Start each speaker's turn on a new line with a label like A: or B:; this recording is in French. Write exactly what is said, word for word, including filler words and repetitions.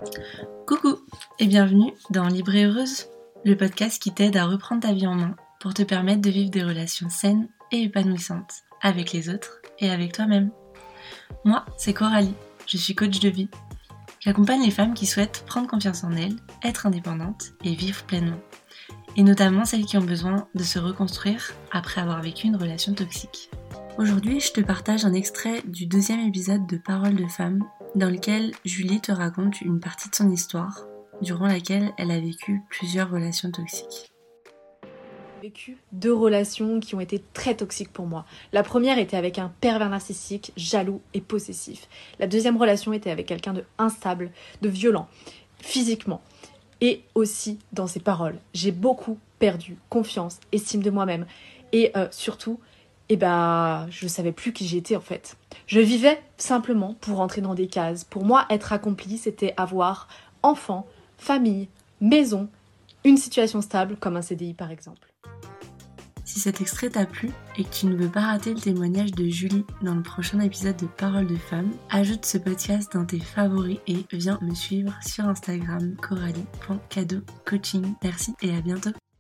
A: Coucou et bienvenue dans Libre et Heureuse, le podcast qui t'aide à reprendre ta vie en main pour te permettre de vivre des relations saines et épanouissantes avec les autres et avec toi-même. Moi, c'est Coralie, je suis coach de vie. J'accompagne les femmes qui souhaitent prendre confiance en elles, être indépendantes et vivre pleinement. Et notamment celles qui ont besoin de se reconstruire après avoir vécu une relation toxique. Aujourd'hui, je te partage un extrait du deuxième épisode de Paroles de femmes dans lequel Julie te raconte une partie de son histoire durant laquelle elle a vécu plusieurs relations toxiques.
B: J'ai vécu deux relations qui ont été très toxiques pour moi. La première était avec un pervers narcissique, jaloux et possessif. La deuxième relation était avec quelqu'un de instable, de violent, physiquement et aussi dans ses paroles. J'ai beaucoup perdu confiance, estime de moi-même et euh, surtout, eh ben, je ne savais plus qui j'étais en fait. Je vivais simplement pour rentrer dans des cases. Pour moi, être accompli, c'était avoir enfant, famille, maison, une situation stable comme un C D I par exemple.
A: Si cet extrait t'a plu et que tu ne veux pas rater le témoignage de Julie dans le prochain épisode de Paroles de femmes, ajoute ce podcast dans tes favoris et viens me suivre sur Instagram coralie point cadeau coaching. Merci et à bientôt.